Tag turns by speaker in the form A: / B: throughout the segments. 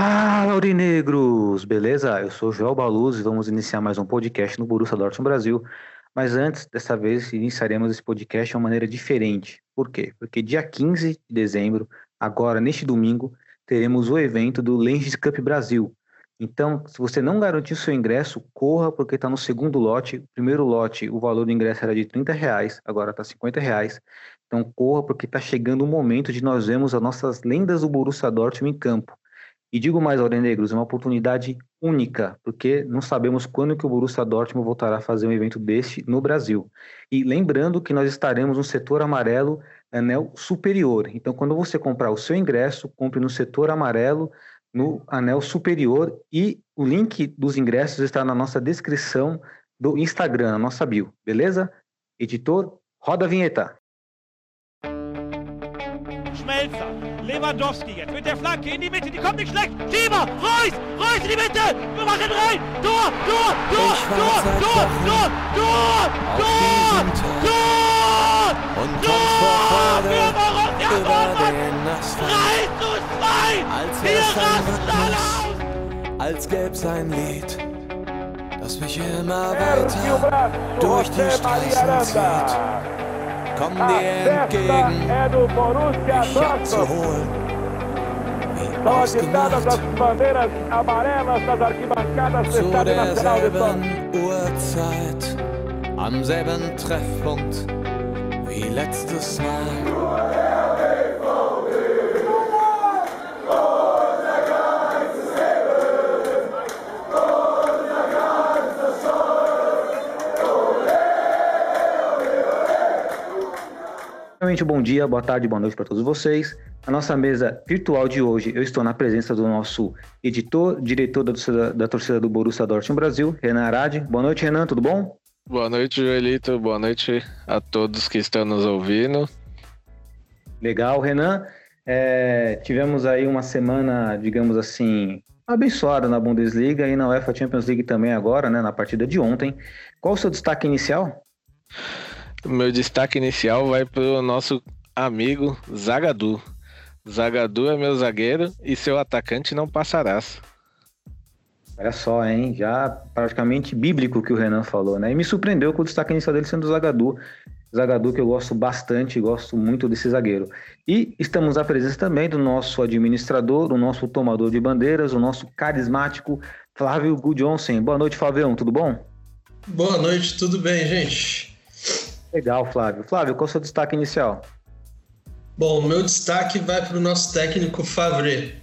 A: Fala, aurinegros! Beleza? Eu sou o Joel Baluz e vamos iniciar mais um podcast no Borussia Dortmund Brasil. Mas antes, dessa vez, iniciaremos esse podcast de uma maneira diferente. Por quê? Porque dia 15 de dezembro, agora neste domingo, teremos o evento do Legends Cup Brasil. Então, se você não garantiu seu ingresso, corra porque está no segundo lote. O primeiro lote, o valor do ingresso era de R$30, agora está R$50. Então, corra porque está chegando o momento de nós vermos as nossas lendas do Borussia Dortmund em campo. E digo mais, aurinegros, é uma oportunidade única, porque não sabemos quando que o Borussia Dortmund voltará a fazer um evento deste no Brasil. E lembrando que nós estaremos no setor amarelo, anel superior. Então, quando você comprar o seu ingresso, compre no setor amarelo, no anel superior, e o link dos ingressos está na nossa descrição do Instagram, na nossa bio, beleza? Editor, roda a vinheta.
B: Schmelzer, Lewandowski jetzt mit der Flanke in die Mitte, die kommt nicht schlecht. Schieber, Reus in die Mitte, wir machen rein. Tor!
C: Und kommt vor Freude über den Asphalt.
B: 3:2,
C: Als
B: wir
C: wär's ein
B: rasten alle
C: Rhythmus,
B: aus.
C: als gäb's ein Lied, das mich immer weiter durch die Straßen zieht. Komm dir entgegen, mich abzuholen, wie ausgemacht, zu derselben Uhrzeit, am selben Treffpunkt wie letztes Mal.
A: Bom dia, boa tarde, boa noite para todos vocês. Na nossa mesa virtual de hoje, eu estou na presença do nosso editor, diretor da torcida do Borussia Dortmund Brasil, Renan Arad. Boa noite, Renan, tudo bom?
D: Boa noite, Joelito. Boa noite a todos que estão nos ouvindo.
A: Legal, Renan. Tivemos aí uma semana, digamos assim, abençoada na Bundesliga e na UEFA Champions League também agora, né, na partida de ontem. Qual o seu destaque inicial?
D: O meu destaque inicial vai para o nosso amigo Zagadou. Zagadou é meu zagueiro e seu atacante não passarás.
A: Olha só, hein? Já praticamente bíblico que o Renan falou, né? E me surpreendeu com o destaque inicial dele sendo o Zagadou. Zagadou que eu gosto bastante, gosto muito desse zagueiro. E estamos à presença também do nosso administrador, o nosso tomador de bandeiras, o nosso carismático Flávio Gudjonsen. Boa noite, Flavião, tudo bom?
E: Boa noite, tudo bem, gente?
A: Legal, Flávio. Flávio, qual é o seu destaque inicial?
E: Bom, meu destaque vai para o nosso técnico Favre.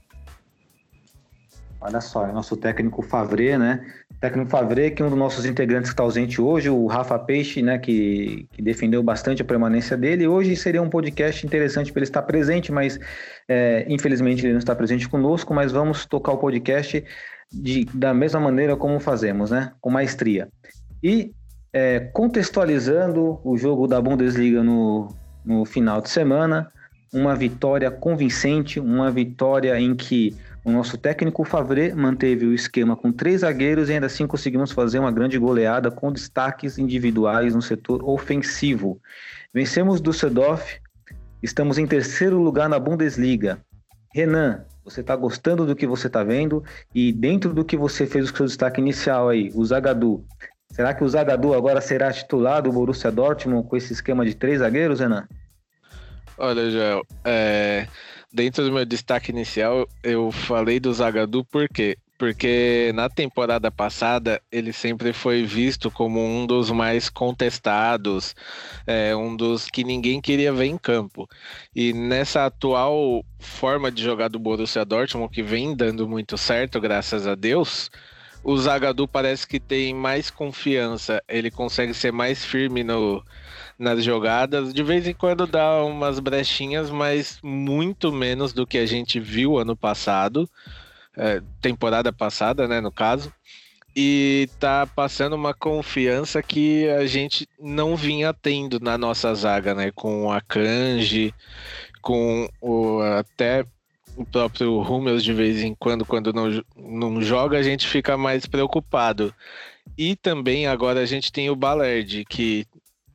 A: Olha só, é o nosso técnico Favre, né? Técnico Favre, que é um dos nossos integrantes que está ausente hoje, o Rafa Peixe, né? Que defendeu bastante a permanência dele. Hoje seria um podcast interessante para ele estar presente, mas infelizmente ele não está presente conosco, mas vamos tocar o podcast da mesma maneira como fazemos, né? Com maestria. E contextualizando o jogo da Bundesliga no final de semana, uma vitória convincente, uma vitória em que o nosso técnico Favre manteve o esquema com 3 zagueiros e ainda assim conseguimos fazer uma grande goleada com destaques individuais no setor ofensivo. Vencemos Düsseldorf, estamos em 3º lugar na Bundesliga. Renan, você está gostando do que você está vendo? E dentro do que você fez o seu destaque inicial aí, o Zagadou, será que o Zagadou agora será titular do Borussia Dortmund com esse esquema de 3 zagueiros, Renan?
D: Olha, Joel, dentro do meu destaque inicial, eu falei do Zagadou por quê? Porque na temporada passada ele sempre foi visto como um dos mais contestados, um dos que ninguém queria ver em campo. E nessa atual forma de jogar do Borussia Dortmund, que vem dando muito certo, graças a Deus, o Zagadou parece que tem mais confiança, ele consegue ser mais firme nas jogadas, de vez em quando dá umas brechinhas, mas muito menos do que a gente viu ano passado, temporada passada, né, no caso, e tá passando uma confiança que a gente não vinha tendo na nossa zaga, né, com o Akanji, com até o próprio Hummels de vez em quando não joga, a gente fica mais preocupado. E também agora a gente tem o Ballard, que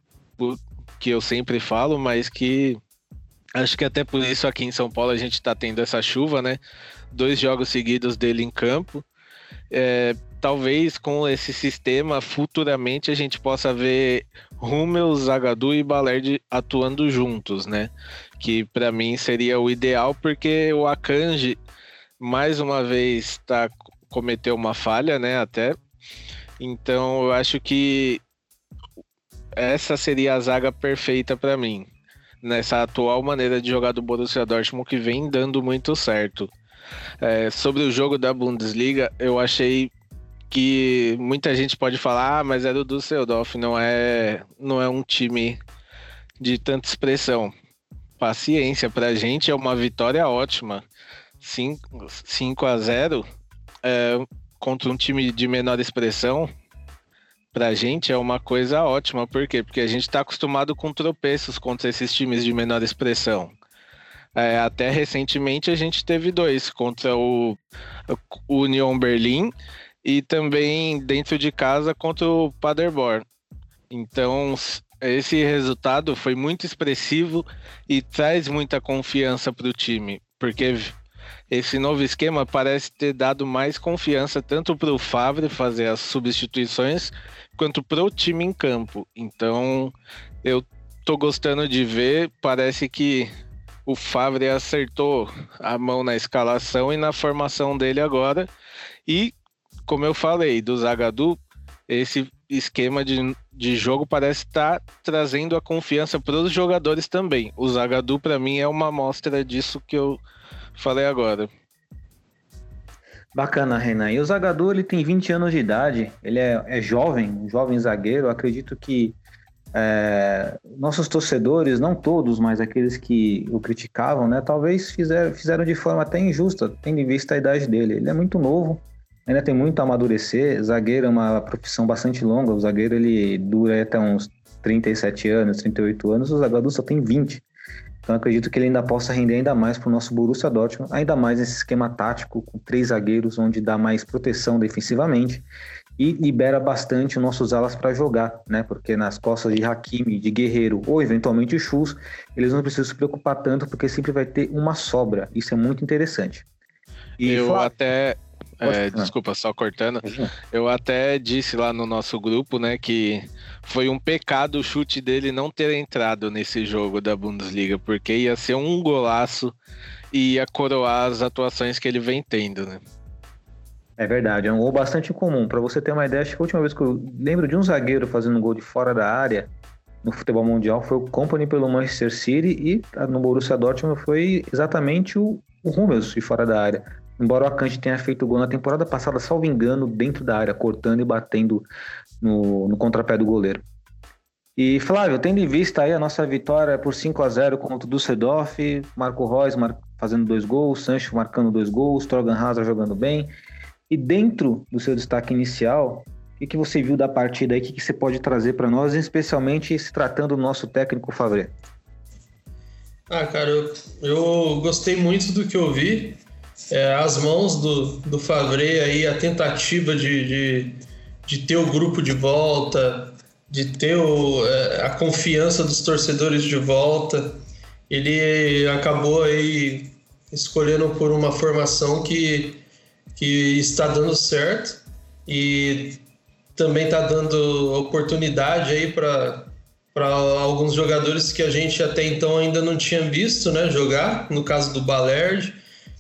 D: eu sempre falo, mas que acho que até por isso aqui em São Paulo a gente tá tendo essa chuva, né? 2 jogos seguidos dele em campo. Talvez com esse sistema, futuramente a gente possa ver Hummels, Zagadou e Balerdi atuando juntos, né? Que para mim seria o ideal, porque o Akanji, mais uma vez, cometeu uma falha, né? Até. Então eu acho que essa seria a zaga perfeita para mim, nessa atual maneira de jogar do Borussia Dortmund, que vem dando muito certo. Sobre o jogo da Bundesliga, eu achei que muita gente pode falar, mas era o Düsseldorf, não é um time de tanta expressão. Paciência, pra gente é uma vitória ótima. 5-0 contra um time de menor expressão, pra gente é uma coisa ótima. Por quê? Porque a gente tá acostumado com tropeços contra esses times de menor expressão. Até recentemente a gente teve 2 contra o Union Berlin e também dentro de casa contra o Paderborn. Então esse resultado foi muito expressivo e traz muita confiança para o time, porque esse novo esquema parece ter dado mais confiança tanto para o Favre fazer as substituições quanto para o time em campo. Então eu tô gostando de ver, parece que o Favre acertou a mão na escalação e na formação dele agora. E, como eu falei, do Zagadou, esse esquema de jogo parece estar trazendo a confiança para os jogadores também. O Zagadou, para mim, é uma amostra disso que eu falei agora.
A: Bacana, Renan. E o Zagadou, ele tem 20 anos de idade, ele é jovem, um jovem zagueiro. Eu acredito que nossos torcedores, não todos, mas aqueles que o criticavam, né, talvez fizeram de forma até injusta, tendo em vista a idade dele. Ele é muito novo, ainda tem muito a amadurecer. Zagueiro é uma profissão bastante longa, o zagueiro ele dura até uns 37 anos, 38 anos, o Zagadou só tem 20. Então acredito que ele ainda possa render ainda mais para o nosso Borussia Dortmund, ainda mais nesse esquema tático, com 3 zagueiros, onde dá mais proteção defensivamente e libera bastante os nossos alas para jogar, né? Porque nas costas de Hakimi, de Guerreiro ou eventualmente Schulz, eles não precisam se preocupar tanto, porque sempre vai ter uma sobra. Isso é muito interessante. E
D: desculpa, só cortando. Eu até disse lá no nosso grupo, né, que foi um pecado o chute dele não ter entrado nesse jogo da Bundesliga, porque ia ser um golaço e ia coroar as atuações que ele vem tendo, né?
A: É verdade, é um gol bastante comum. Para você ter uma ideia, acho que a última vez que eu lembro de um zagueiro fazendo um gol de fora da área no futebol mundial foi o Kompany pelo Manchester City, e no Borussia Dortmund foi exatamente o Hummels de fora da área. Embora o Akanji tenha feito gol na temporada passada, salvo engano, dentro da área, cortando e batendo no contrapé do goleiro. E Flávio, tendo em vista aí a nossa vitória por 5-0 contra o Düsseldorf, Marco Reus fazendo 2 gols, Sancho marcando 2 gols, Thorgan Hazard jogando bem, e dentro do seu destaque inicial, o que você viu da partida aí, o que você pode trazer para nós, especialmente se tratando do nosso técnico Favre?
E: Cara, eu gostei muito do que eu vi. As mãos do Favre aí, a tentativa de ter o grupo de volta, de ter a confiança dos torcedores de volta. Ele acabou aí escolhendo por uma formação que está dando certo e também está dando oportunidade aí para alguns jogadores que a gente até então ainda não tinha visto, né, jogar, no caso do Balerdi,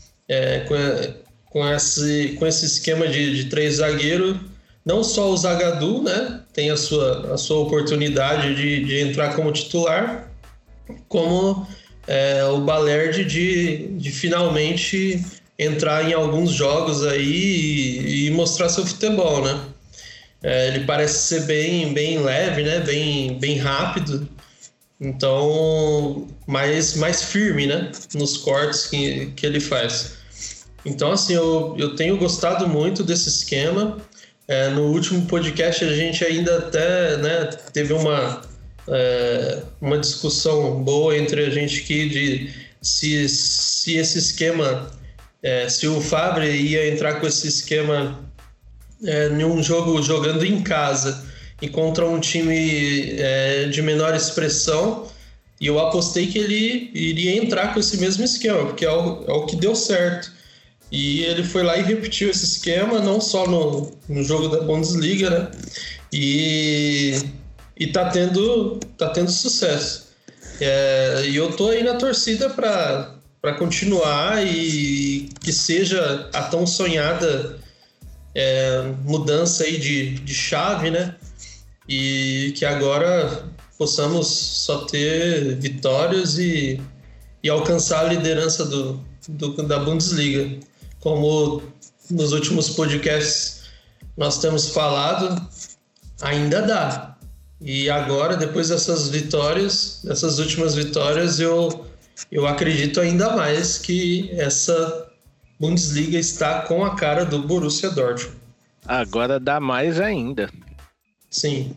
E: com esse esquema de 3 zagueiros. Não só o Zagadou, né, tem a sua oportunidade de entrar como titular, como o Balerdi de finalmente entrar em alguns jogos aí e mostrar seu futebol, né? Ele parece ser bem leve, né? Bem rápido, então mais firme, né? Nos cortes que ele faz. Então, assim, eu tenho gostado muito desse esquema. No último podcast a gente ainda até, né, teve uma discussão boa entre a gente aqui de se esse esquema, se o Favre ia entrar com esse esquema em um jogo jogando em casa e contra um time de menor expressão, e eu apostei que ele iria entrar com esse mesmo esquema, porque é o que deu certo. E ele foi lá e repetiu esse esquema, não só no jogo da Bundesliga, né? E tá tendo sucesso. E eu tô aí na torcida para continuar e que seja a tão sonhada mudança aí de chave, né? E que agora possamos só ter vitórias e alcançar a liderança da Bundesliga. Como nos últimos podcasts nós temos falado, ainda dá. E agora, depois dessas vitórias, dessas últimas vitórias, eu acredito ainda mais que essa Bundesliga está com a cara do Borussia Dortmund.
D: Agora dá mais ainda.
E: Sim.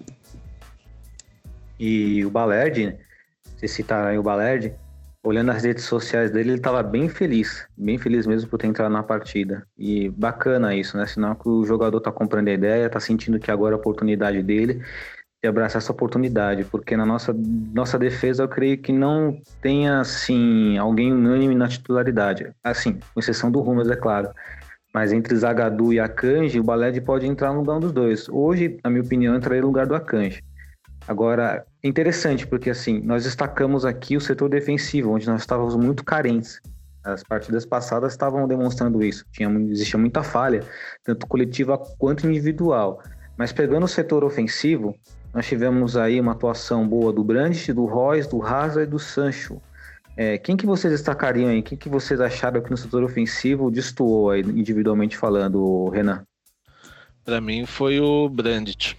A: E o Balerdi, vocês citaram aí o Balerdi, olhando as redes sociais dele, ele estava bem feliz mesmo por ter entrado na partida. E bacana isso, né? Sinal que o jogador está comprando a ideia, está sentindo que agora é a oportunidade dele de abraçar essa oportunidade, porque na nossa defesa eu creio que não tenha, assim, alguém unânime na titularidade. Assim, com exceção do Hummels, é claro. Mas entre Zagadou e Akanji, o Balerdi pode entrar no lugar dos dois. Hoje, na minha opinião, entraria no lugar do Akanji. Agora, é interessante, porque assim, nós destacamos aqui o setor defensivo, onde nós estávamos muito carentes. As partidas passadas estavam demonstrando isso. Existia muita falha, tanto coletiva quanto individual. Mas pegando o setor ofensivo, nós tivemos aí uma atuação boa do Brandt, do Reus, do Hazard e do Sancho. Quem que vocês destacariam aí? Quem que vocês acharam que no setor ofensivo destoou aí, individualmente falando, Renan?
D: Para mim foi o Brandt.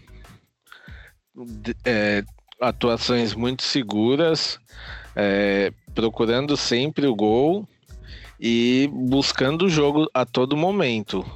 D: Atuações muito seguras, procurando sempre o gol e buscando o jogo a todo momento.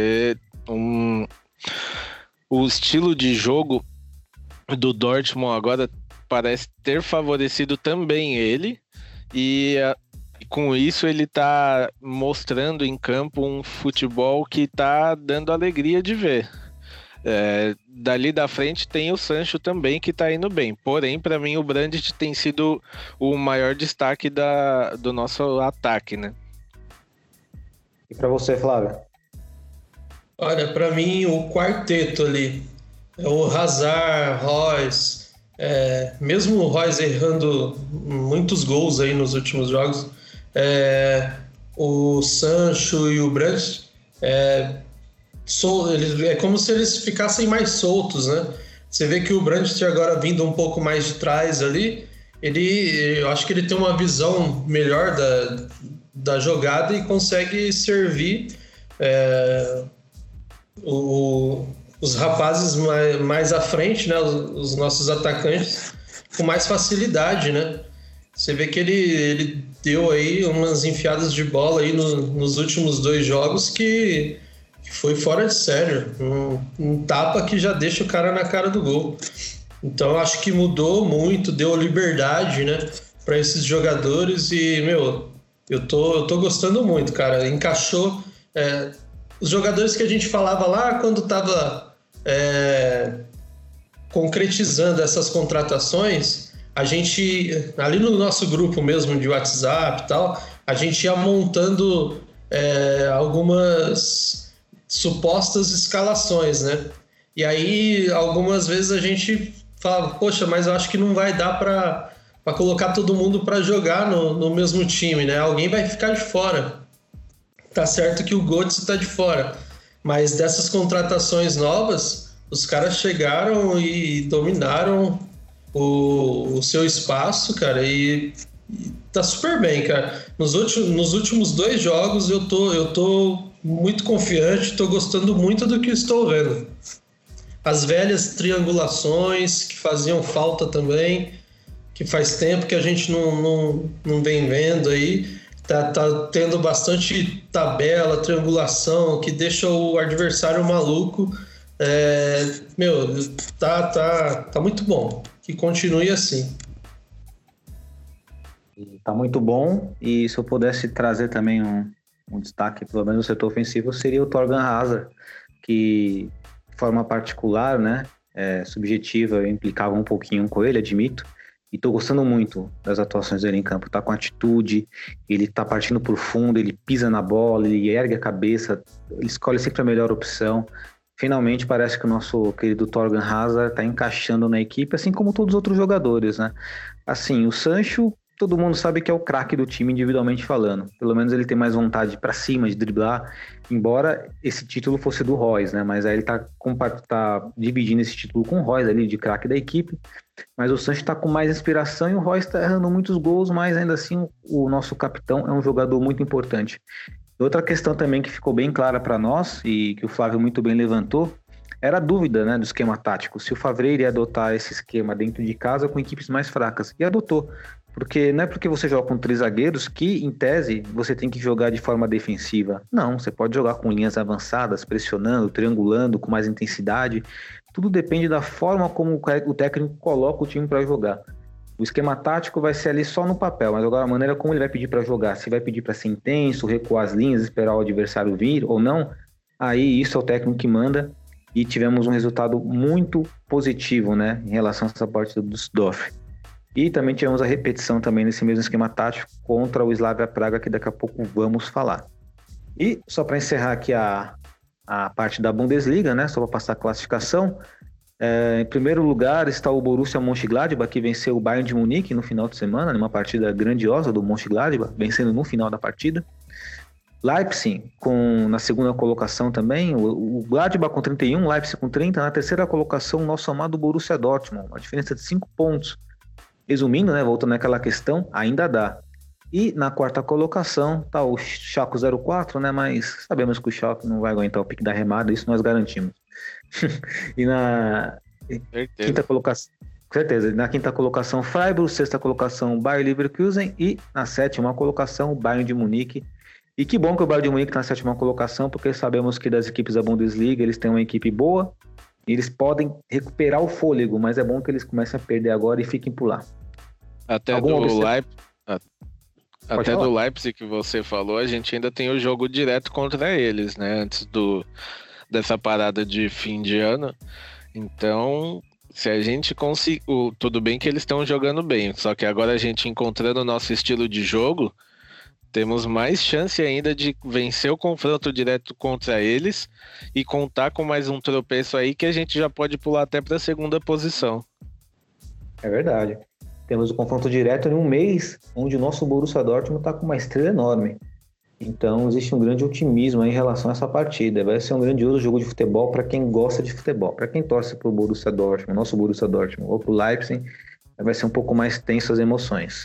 D: O estilo de jogo do Dortmund agora parece ter favorecido também ele, e com isso ele está mostrando em campo um futebol que está dando alegria de ver. Dali da frente tem o Sancho também, que tá indo bem. Porém, para mim, o Brandt tem sido o maior destaque do nosso ataque, né?
A: E para você, Flávio?
E: Olha, para mim, o quarteto ali, o Hazard, Reus, mesmo o Reus errando muitos gols aí nos últimos jogos, o Sancho e o Brandt, é como se eles ficassem mais soltos, né? Você vê que o Brandt agora vindo um pouco mais de trás ali, eu acho que ele tem uma visão melhor da jogada e consegue servir os rapazes mais à frente, né? Os nossos atacantes com mais facilidade, né? Você vê que ele deu aí umas enfiadas de bola aí nos últimos 2 jogos que foi fora de sério, um tapa que já deixa o cara na cara do gol. Então acho que mudou muito, deu liberdade, né, para esses jogadores e, eu tô gostando muito, cara. Encaixou os jogadores que a gente falava lá quando tava concretizando essas contratações, a gente, ali no nosso grupo mesmo de WhatsApp e tal, a gente ia montando algumas supostas escalações, né? E aí, algumas vezes a gente falava, poxa, mas eu acho que não vai dar para colocar todo mundo para jogar no mesmo time, né? Alguém vai ficar de fora. Tá certo que o Götze tá de fora, mas dessas contratações novas, os caras chegaram e dominaram o seu espaço, cara, e tá super bem, cara. Nos últimos 2 jogos eu tô muito confiante, estou gostando muito do que estou vendo. As velhas triangulações que faziam falta também, que faz tempo que a gente não vem vendo aí, tá tendo bastante tabela, triangulação, que deixa o adversário maluco. Tá muito bom, que continue assim.
A: Tá muito bom, e se eu pudesse trazer também um destaque, pelo menos no setor ofensivo, seria o Thorgan Hazard, que de forma particular, né, subjetiva, eu implicava um pouquinho com ele, admito, E tô gostando muito das atuações dele em campo. Tá com atitude, ele tá partindo por fundo, ele pisa na bola, ele ergue a cabeça, ele escolhe sempre a melhor opção. Finalmente parece que o nosso querido Thorgan Hazard tá encaixando na equipe, assim como todos os outros jogadores, né? Assim, o Sancho, todo mundo sabe que é o craque do time individualmente falando. Pelo menos ele tem mais vontade para cima, de driblar, embora esse título fosse do Royce, né? Mas aí ele tá dividindo esse título com o Royce ali, de craque da equipe. Mas o Sancho tá com mais inspiração e o Royce tá errando muitos gols, mas ainda assim o nosso capitão é um jogador muito importante. Outra questão também que ficou bem clara para nós e que o Flávio muito bem levantou era a dúvida, né, do esquema tático. Se o Favre iria adotar esse esquema dentro de casa com equipes mais fracas. E adotou. Porque não é porque você joga com 3 zagueiros que, em tese, você tem que jogar de forma defensiva. Não, você pode jogar com linhas avançadas, pressionando, triangulando, com mais intensidade. Tudo depende da forma como o técnico coloca o time para jogar. O esquema tático vai ser ali só no papel, mas agora a maneira como ele vai pedir para jogar, se vai pedir para ser intenso, recuar as linhas, esperar o adversário vir ou não, aí isso é o técnico que manda. E tivemos um resultado muito positivo, né, em relação a essa partida do Düsseldorf. E também tivemos a repetição também nesse mesmo esquema tático contra o Slavia Praga, que daqui a pouco vamos falar. E só para encerrar aqui a parte da Bundesliga, né, só para passar a classificação, em primeiro lugar está o Borussia Mönchengladbach, que venceu o Bayern de Munique no final de semana, numa partida grandiosa do Mönchengladbach, vencendo no final da partida. Leipzig na segunda colocação também, o Gladbach com 31, Leipzig com 30, na terceira colocação o nosso amado Borussia Dortmund, uma diferença de 5 pontos. Resumindo, né, voltando àquela questão, ainda dá. E na quarta colocação está o Schalke 04, né, mas sabemos que o Schalke não vai aguentar o pique da remada, isso nós garantimos. E na quinta colocação, certeza, na quinta colocação Freiburg, sexta colocação Bayer Leverkusen e na sétima colocação o Bayern de Munique. E que bom que o Bayern de Munique está na sétima colocação, porque sabemos que das equipes da Bundesliga eles têm uma equipe boa e eles podem recuperar o fôlego, mas é bom que eles comecem a perder agora e fiquem por lá.
D: Até do Leipzig que você falou, a gente ainda tem o jogo direto contra eles, né? Antes dessa parada de fim de ano. Então, se a gente conseguir... Tudo bem que eles estão jogando bem, só que agora a gente encontrando o nosso estilo de jogo, temos mais chance ainda de vencer o confronto direto contra eles e contar com mais um tropeço aí que a gente já pode pular até para a segunda posição.
A: É verdade. Temos o confronto direto em um mês onde o nosso Borussia Dortmund está com uma estrela enorme. Então existe um grande otimismo em relação a essa partida. Vai ser um grandioso jogo de futebol para quem gosta de futebol. Para quem torce para o Borussia Dortmund, nosso Borussia Dortmund, ou para o Leipzig, vai ser um pouco mais tenso as emoções.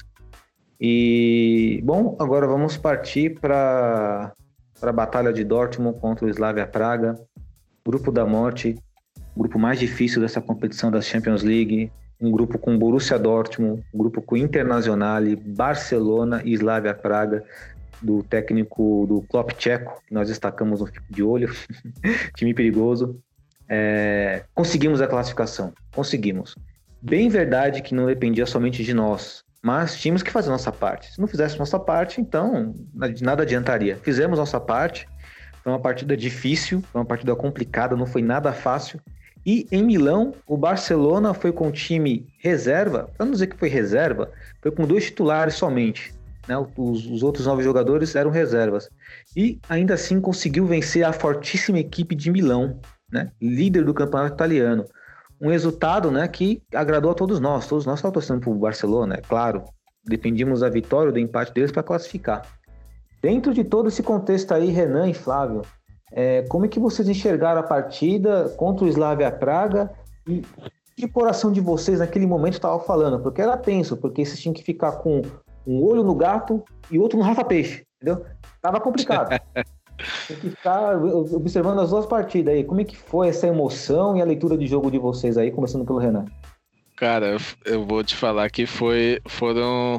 A: E, bom, agora vamos partir para a batalha de Dortmund contra o Slavia Praga. Grupo da morte, o grupo mais difícil dessa competição da Champions League. Um grupo com Borussia Dortmund, um grupo com Internazionale, Barcelona e Slavia Praga, do técnico do Klopp tcheco, que nós destacamos no Fico de Olho, time perigoso. Conseguimos a classificação, conseguimos. Bem verdade que não dependia somente de nós, mas tínhamos que fazer nossa parte. Se não fizesse nossa parte, então nada adiantaria. Fizemos nossa parte, foi uma partida difícil, foi uma partida complicada, não foi nada fácil. E em Milão, o Barcelona foi com time reserva, para não dizer que foi reserva, foi com 2 titulares somente, né? Os outros 9 jogadores eram reservas. E ainda assim conseguiu vencer a fortíssima equipe de Milão, né? Líder do campeonato italiano. Um resultado, né, que agradou a todos nós estavam torcendo para o Barcelona, é claro, dependíamos da vitória ou do empate deles para classificar. Dentro de todo esse contexto aí, Renan e Flávio, como é que vocês enxergaram a partida contra o Slavia Praga e que coração de vocês naquele momento estava falando? Porque era tenso, porque vocês tinham que ficar com um olho no gato e outro no Rafa Peixe, entendeu? Tava complicado. Tem que ficar observando as 2 partidas aí. Como é que foi essa emoção e a leitura de jogo de vocês aí, começando pelo Renan?
D: Cara, eu vou te falar que foram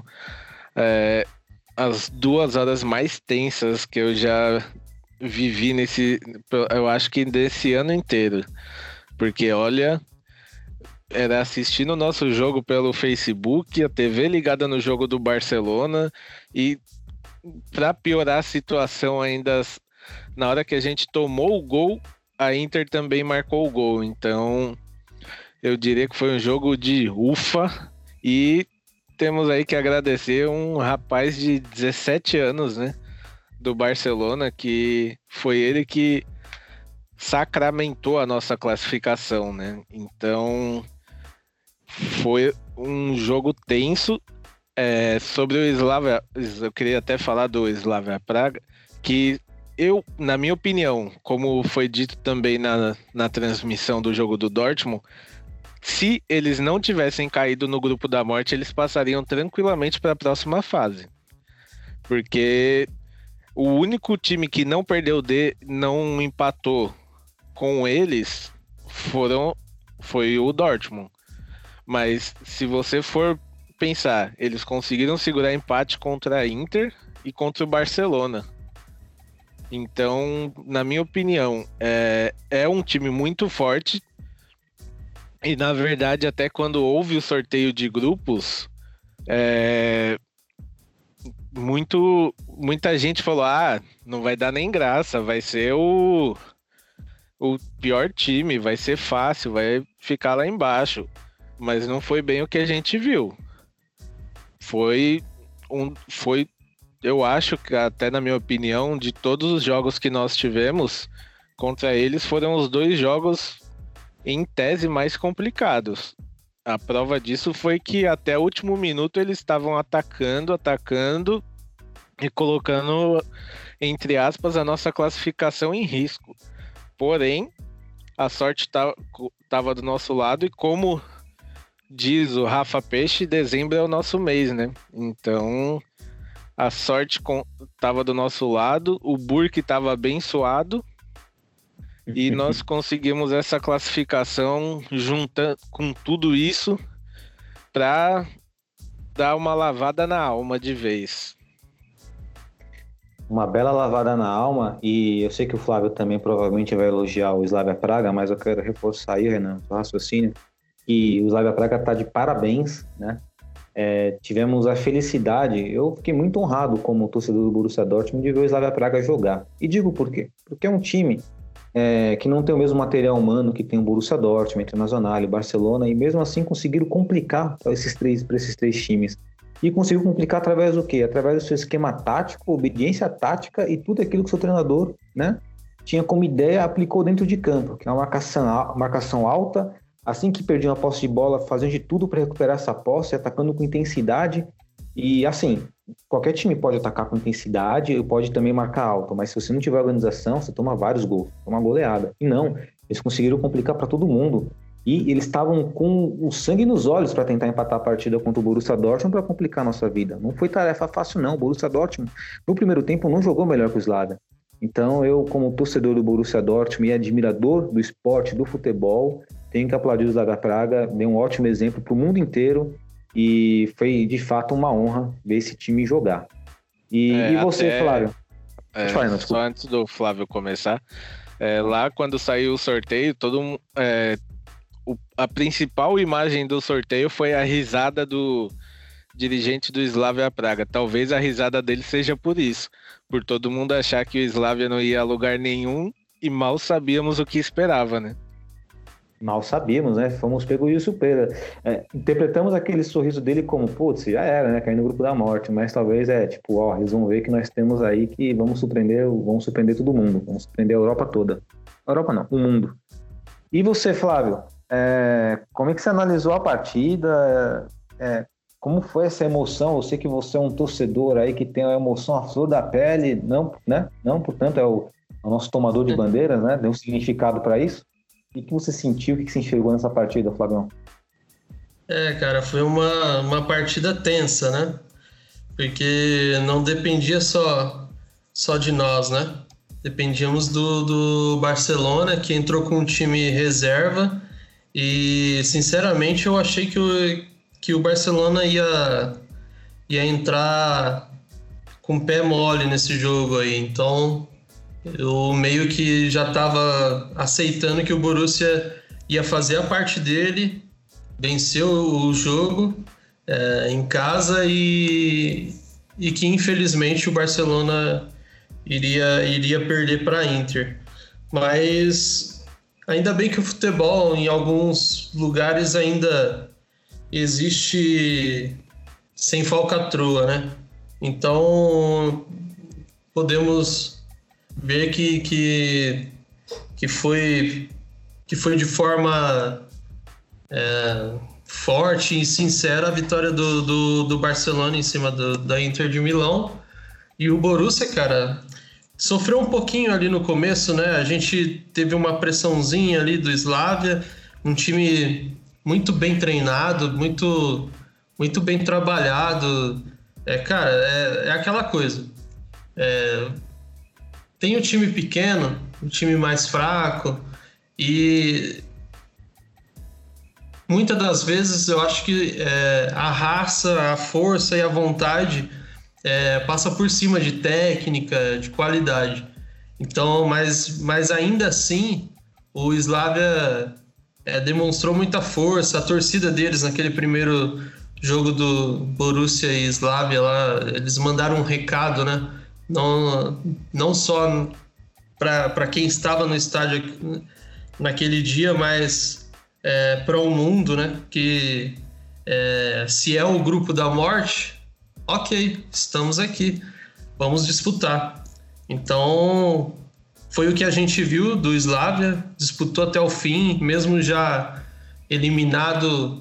D: as 2 horas mais tensas que eu já vivi eu acho que desse ano inteiro. Porque, olha, era assistindo o nosso jogo pelo Facebook, a TV ligada no jogo do Barcelona e, para piorar a situação ainda, na hora que a gente tomou o gol, a Inter também marcou o gol. Então, eu diria que foi um jogo de ufa e temos aí que agradecer um rapaz de 17 anos, né? Do Barcelona, que foi ele que sacramentou a nossa classificação, né? Então, foi um jogo tenso. Sobre o Slavia, eu queria até falar do Slavia Praga, que na minha opinião, como foi dito também na transmissão do jogo do Dortmund, se eles não tivessem caído no grupo da morte, eles passariam tranquilamente para a próxima fase. Porque o único time que não não empatou com eles foi o Dortmund. Mas se você for pensar, eles conseguiram segurar empate contra a Inter e contra o Barcelona. Então, na minha opinião, é um time muito forte. E, na verdade, até quando houve o sorteio de grupos, muita gente falou, não vai dar nem graça, vai ser o pior time, vai ser fácil, vai ficar lá embaixo. Mas não foi bem o que a gente viu. Eu acho que, até na minha opinião, de todos os jogos que nós tivemos contra eles, foram os 2 jogos em tese mais complicados. A prova disso foi que até o último minuto eles estavam atacando e colocando, entre aspas, a nossa classificação em risco. Porém, a sorte estava do nosso lado e, como diz o Rafa Peixe, dezembro é o nosso mês, né? Então, a sorte estava do nosso lado, o Burke estava abençoado e nós conseguimos essa classificação juntando com tudo isso para dar uma lavada na alma de vez.
A: Uma bela lavada na alma, e eu sei que o Flávio também provavelmente vai elogiar o Slavia Praga, mas eu quero reforçar aí, Renan, o raciocínio, que o Slavia Praga está de parabéns, né? Tivemos a felicidade, eu fiquei muito honrado como torcedor do Borussia Dortmund de ver o Slavia Praga jogar. E digo por quê? Porque é um time que não tem o mesmo material humano que tem o Borussia Dortmund, Internacional e Barcelona, e mesmo assim conseguiram complicar para esses três times. E conseguiu complicar através do quê? Através do seu esquema tático, obediência tática e tudo aquilo que o seu treinador, né, tinha como ideia, aplicou dentro de campo, que é uma marcação alta. Assim que perdiam a posse de bola, fazendo de tudo para recuperar essa posse, atacando com intensidade. E assim, qualquer time pode atacar com intensidade e pode também marcar alto, mas se você não tiver organização, você toma vários gols, toma uma goleada. E não, eles conseguiram complicar para todo mundo. E eles estavam com o sangue nos olhos para tentar empatar a partida contra o Borussia Dortmund para complicar a nossa vida. Não foi tarefa fácil não, o Borussia Dortmund no primeiro tempo não jogou melhor que o Slavia. Então eu, como torcedor do Borussia Dortmund e admirador do esporte, do futebol, tenho que aplaudir o Slavia Praga, deu um ótimo exemplo para o mundo inteiro e foi de fato uma honra ver esse time jogar. E você, Flávio?
D: Só antes do Flávio começar, lá quando saiu o sorteio, a principal imagem do sorteio foi a risada do dirigente do Slavia Praga. Talvez a risada dele seja por isso, por todo mundo achar que o Slavia não ia a lugar nenhum e mal sabíamos o que esperava, né?
A: Mal sabíamos, né? Fomos pegos de surpresa. Interpretamos aquele sorriso dele como, putz, já era, né? Cair no grupo da morte. Mas talvez eles vão ver que nós temos aí que vamos surpreender todo mundo. Vamos surpreender a Europa toda. A Europa não, o mundo. E você, Flávio? Como é que você analisou a partida? Como foi essa emoção? Eu sei que você é um torcedor aí que tem a emoção à flor da pele. Não, né? Não, portanto, é o nosso tomador de bandeiras, né? Deu um significado para isso. O que você sentiu, o que você enxergou nessa partida, Flavião?
E: Cara, foi uma partida tensa, né? Porque não dependia só de nós, né? Dependíamos do Barcelona, que entrou com um time reserva e, sinceramente, eu achei que o Barcelona ia entrar com o pé mole nesse jogo aí. Então, eu meio que já estava aceitando que o Borussia ia fazer a parte dele, venceu o jogo em casa e que, infelizmente, o Barcelona iria perder para a Inter. Mas ainda bem que o futebol, em alguns lugares, ainda existe sem falcatrua, né? Então, podemos ver que foi de forma forte e sincera a vitória do Barcelona em cima da Inter de Milão. E o Borussia, cara, sofreu um pouquinho ali no começo, né? A gente teve uma pressãozinha ali do Slavia, um time muito bem treinado, muito, muito bem trabalhado. Cara, é aquela coisa. Tem um time pequeno, um time mais fraco, e muitas das vezes eu acho que a raça, a força e a vontade passa por cima de técnica, de qualidade. Então, mas ainda assim, o Slavia demonstrou muita força. A torcida deles naquele primeiro jogo do Borussia e Slavia lá, eles mandaram um recado, né? Não só para quem estava no estádio naquele dia, mas para o mundo, né? Que se é o grupo da morte, ok, estamos aqui, vamos disputar. Então, foi o que a gente viu do Slavia, disputou até o fim, mesmo já eliminado,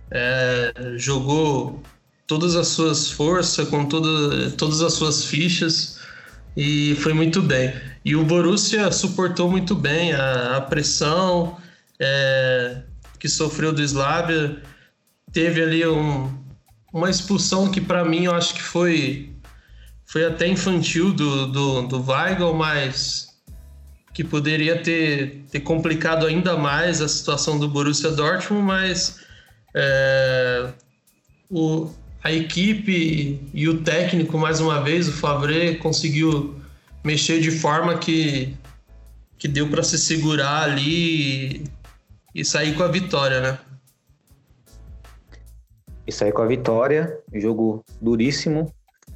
E: jogou todas as suas forças, com todas as suas fichas, e foi muito bem. E o Borussia suportou muito bem a pressão que sofreu do Slavia. Teve ali uma expulsão que, para mim, eu acho que foi até infantil do Weigl, mas que poderia ter complicado ainda mais a situação do Borussia Dortmund, mas a equipe e o técnico, mais uma vez, o Favre, conseguiu mexer de forma que deu para se segurar ali e sair com a vitória, né?
A: E sair com a vitória, jogo duríssimo,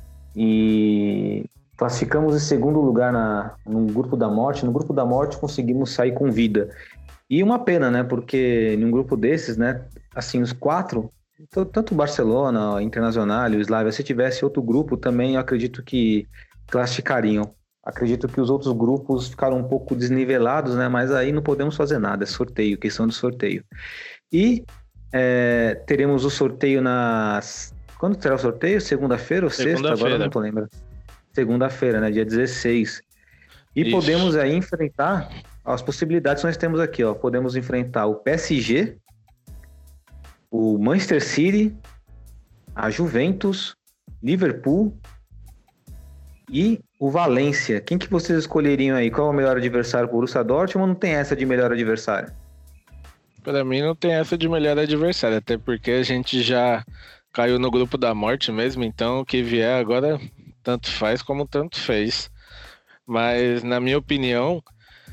A: e classificamos em segundo lugar no Grupo da Morte. No Grupo da Morte conseguimos sair com vida. E uma pena, né? Porque num grupo desses, né? Assim, os quatro, tanto o Barcelona, o Internacional e o Slavia, se tivesse outro grupo também, eu acredito que classificariam. Acredito que os outros grupos ficaram um pouco desnivelados, né? Mas aí não podemos fazer nada, é sorteio, questão de sorteio. E teremos o sorteio Quando terá o sorteio? Segunda-feira ou sexta? Agora não tô lembrando. Segunda-feira, né? Dia 16. E isso. Podemos aí enfrentar as possibilidades que nós temos aqui, ó. Podemos enfrentar o PSG, o Manchester City, a Juventus, Liverpool e o Valência. Quem que vocês escolheriam aí? Qual é o melhor adversário? O Borussia Dortmund, ou não tem essa de melhor adversário?
D: Para mim não tem essa de melhor adversário, até porque a gente já caiu no grupo da morte mesmo, então o que vier agora tanto faz como tanto fez. Mas na minha opinião,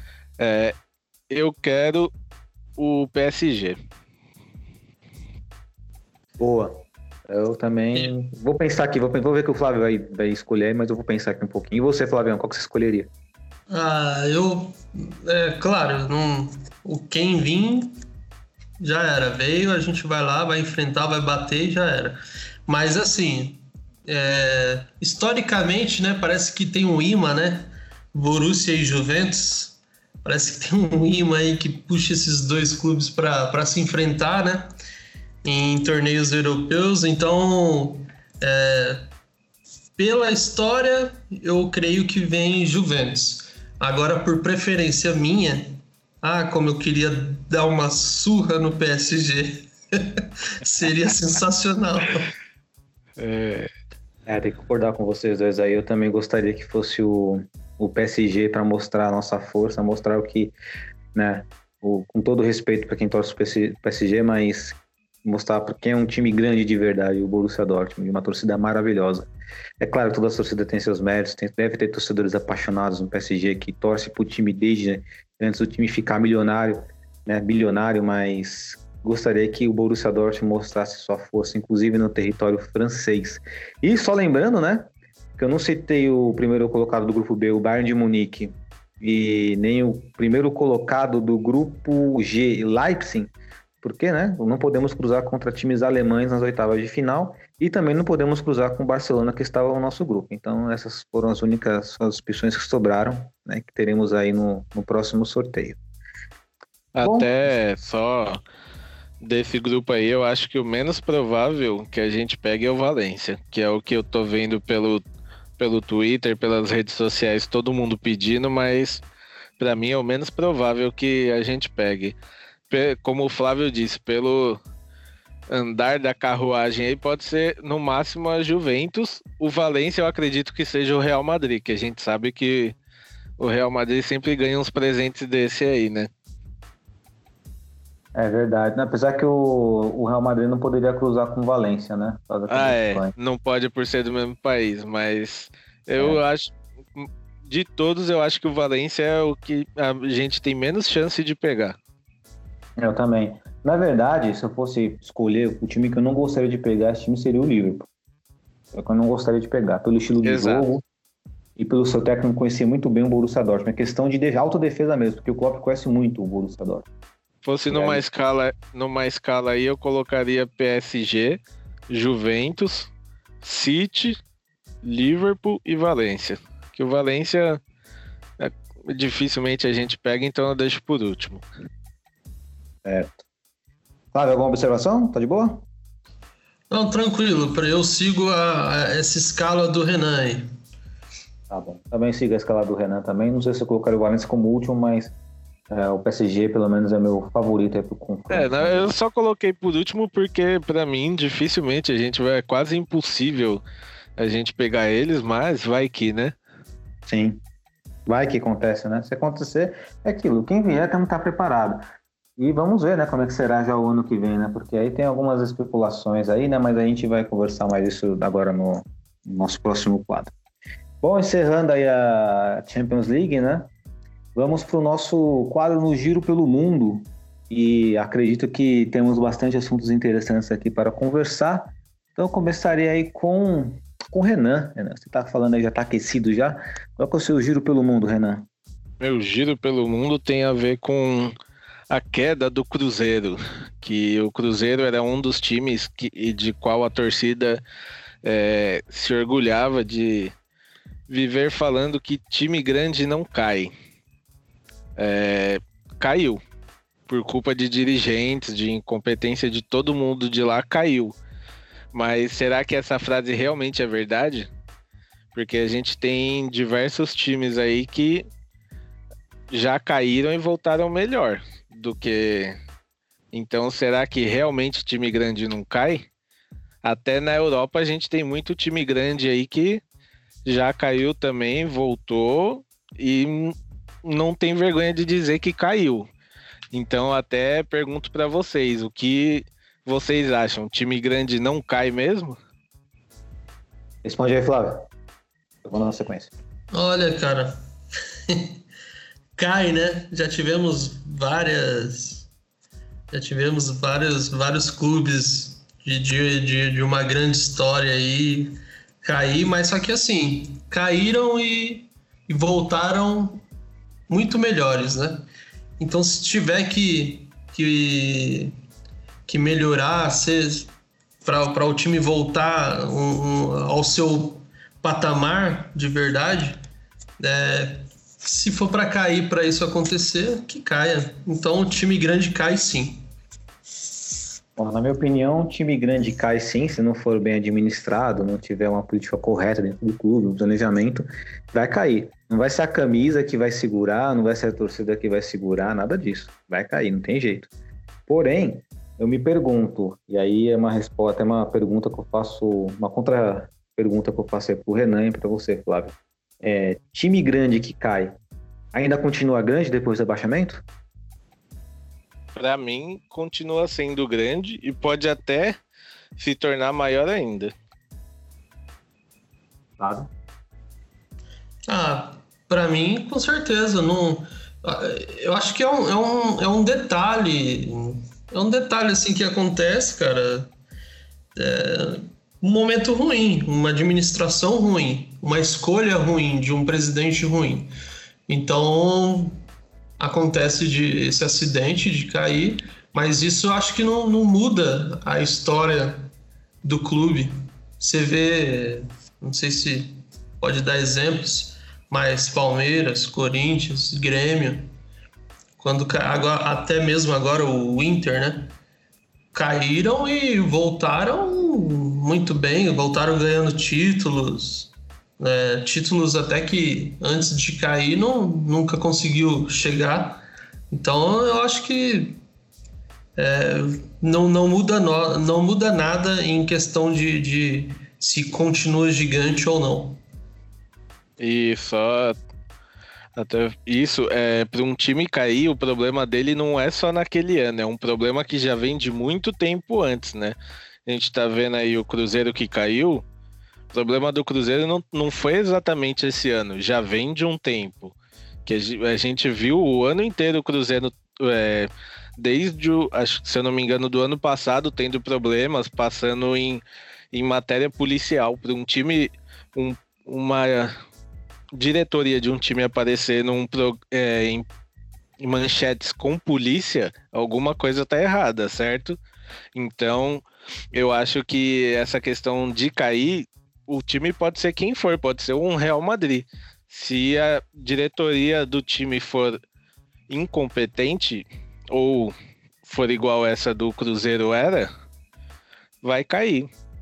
D: eu quero o PSG.
A: Boa. Eu também vou pensar aqui, vou ver que o Flávio vai escolher, mas eu vou pensar aqui um pouquinho. E você, Flavião, qual que você escolheria?
E: Claro, quem vir já era, veio, a gente vai lá, vai enfrentar, vai bater e já era. Mas assim, historicamente, né, parece que tem um imã, né, Borussia e Juventus, parece que tem um imã aí que puxa esses dois clubes para se enfrentar, né, em torneios europeus. Então, pela história, eu creio que vem Juventus. Agora, por preferência minha, como eu queria dar uma surra no PSG. Seria sensacional.
A: Tem que concordar com vocês dois aí. Eu também gostaria que fosse o PSG para mostrar a nossa força, mostrar o que, né, com todo respeito para quem torce o PSG, mas mostrar para quem é um time grande de verdade, o Borussia Dortmund, uma torcida maravilhosa. É claro que toda a torcida tem seus méritos, deve ter torcedores apaixonados no PSG que torce pro time desde antes do time ficar milionário, né, bilionário, mas gostaria que o Borussia Dortmund mostrasse sua força, inclusive no território francês. E só lembrando, né, que eu não citei o primeiro colocado do grupo B, o Bayern de Munique, e nem o primeiro colocado do grupo G, Leipzig, porque, né, não podemos cruzar contra times alemães nas oitavas de final e também não podemos cruzar com o Barcelona, que estava no nosso grupo. Então, essas foram as únicas opções que sobraram, né, que teremos aí no próximo sorteio.
D: Até só desse grupo aí, eu acho que o menos provável que a gente pegue é o Valência, que é o que eu tô vendo pelo Twitter, pelas redes sociais, todo mundo pedindo, mas para mim é o menos provável que a gente pegue. Como o Flávio disse, pelo andar da carruagem aí, pode ser no máximo a Juventus. O Valência eu acredito que seja o Real Madrid, que a gente sabe que o Real Madrid sempre ganha uns presentes desse aí, né?
A: É verdade, apesar que o Real Madrid não poderia cruzar com o Valência, né?
D: Não pode por ser do mesmo país, mas eu acho, de todos, eu acho que o Valência é o que a gente tem menos chance de pegar.
A: Eu também. Na verdade, se eu fosse escolher o time que eu não gostaria de pegar, esse time seria o Liverpool. É que eu não gostaria de pegar, pelo estilo de jogo e pelo seu técnico conhecer muito bem o Borussia Dortmund. É questão de autodefesa mesmo, porque o Klopp conhece muito o Borussia Dortmund.
D: Fosse numa escala aí, eu colocaria PSG, Juventus, City, Liverpool e Valência. Que o Valência dificilmente a gente pega, então eu deixo por último.
A: Certo. Flávio, alguma observação? Tá de boa?
E: Não, tranquilo. Eu sigo essa escala do Renan aí.
A: Tá bom. Também sigo a escala do Renan também. Não sei se eu colocaria o Valência como último, mas o PSG, pelo menos, é meu favorito aí pro confronto.
D: Eu só coloquei por último porque, pra mim, dificilmente é quase impossível a gente pegar eles, mas vai que, né?
A: Sim. Vai que acontece, né? Se acontecer, é aquilo. Quem vier tem que estar preparado. E vamos ver, né, como é que será já o ano que vem, né? Porque aí tem algumas especulações aí, né? Mas a gente vai conversar mais isso agora no nosso próximo quadro. Bom, encerrando aí a Champions League, né? Vamos para o nosso quadro no Giro pelo Mundo. E acredito que temos bastante assuntos interessantes aqui para conversar. Então eu começaria aí com o Renan. Renan, você está falando aí, já está aquecido já. Qual é o seu Giro pelo Mundo, Renan?
D: Meu Giro pelo Mundo tem a ver com a queda do Cruzeiro, que o Cruzeiro era um dos times de qual a torcida se orgulhava de viver falando que time grande não cai. Caiu, por culpa de dirigentes, de incompetência de todo mundo de lá, caiu. Mas será que essa frase realmente é verdade? Porque a gente tem diversos times aí que já caíram e voltaram melhor do que... Então, será que realmente time grande não cai? Até na Europa a gente tem muito time grande aí que já caiu também, voltou e não tem vergonha de dizer que caiu. Então, até pergunto para vocês, o que vocês acham? Time grande não cai mesmo?
A: Responde aí, Flávio. Eu vou na sequência.
E: Olha, cara... Cai, né? Já tivemos vários clubes de uma grande história aí cair, mas só que assim, caíram e voltaram muito melhores, né? Então, se tiver que melhorar, para o time voltar ao seu patamar de verdade, se for para cair, para isso acontecer, que caia. Então, o time grande cai sim.
A: Bom, na minha opinião, o time grande cai sim, se não for bem administrado, não tiver uma política correta dentro do clube, um planejamento, vai cair. Não vai ser a camisa que vai segurar, não vai ser a torcida que vai segurar, nada disso. Vai cair, não tem jeito. Porém, eu me pergunto, e aí é uma resposta, é uma pergunta que eu faço, uma contra-pergunta que eu faço para o Renan e para você, Flávio. Time grande que cai, ainda continua grande depois do abaixamento?
D: Para mim, continua sendo grande e pode até se tornar maior ainda.
A: Claro.
E: Para mim, com certeza. Não, eu acho que é um detalhe. É um detalhe assim que acontece, cara. Um momento ruim, uma administração ruim, uma escolha ruim de um presidente ruim. Então, acontece esse acidente de cair, Mas isso eu acho que não muda a história do clube. Você vê, não sei se pode dar exemplos, mas Palmeiras, Corinthians, Grêmio, até mesmo agora o Inter, né? Caíram e voltaram muito bem, voltaram ganhando títulos, né? Títulos até que antes de cair nunca conseguiu chegar. Então eu acho que não muda nada em questão de se continua gigante ou não.
D: E só até isso, para um time cair, o problema dele não é só naquele ano, é um problema que já vem de muito tempo antes, né? A gente tá vendo aí o Cruzeiro que caiu, o problema do Cruzeiro não foi exatamente esse ano, já vem de um tempo. Que a gente viu o ano inteiro o Cruzeiro, desde, se eu não me engano, do ano passado, tendo problemas, passando em matéria policial. Para um time, uma diretoria de um time aparecer em manchetes com polícia, alguma coisa tá errada, certo? Então, eu acho que essa questão de cair, o time pode ser quem for, pode ser um Real Madrid. Se a diretoria do time for incompetente ou for igual essa do Cruzeiro era, vai cair.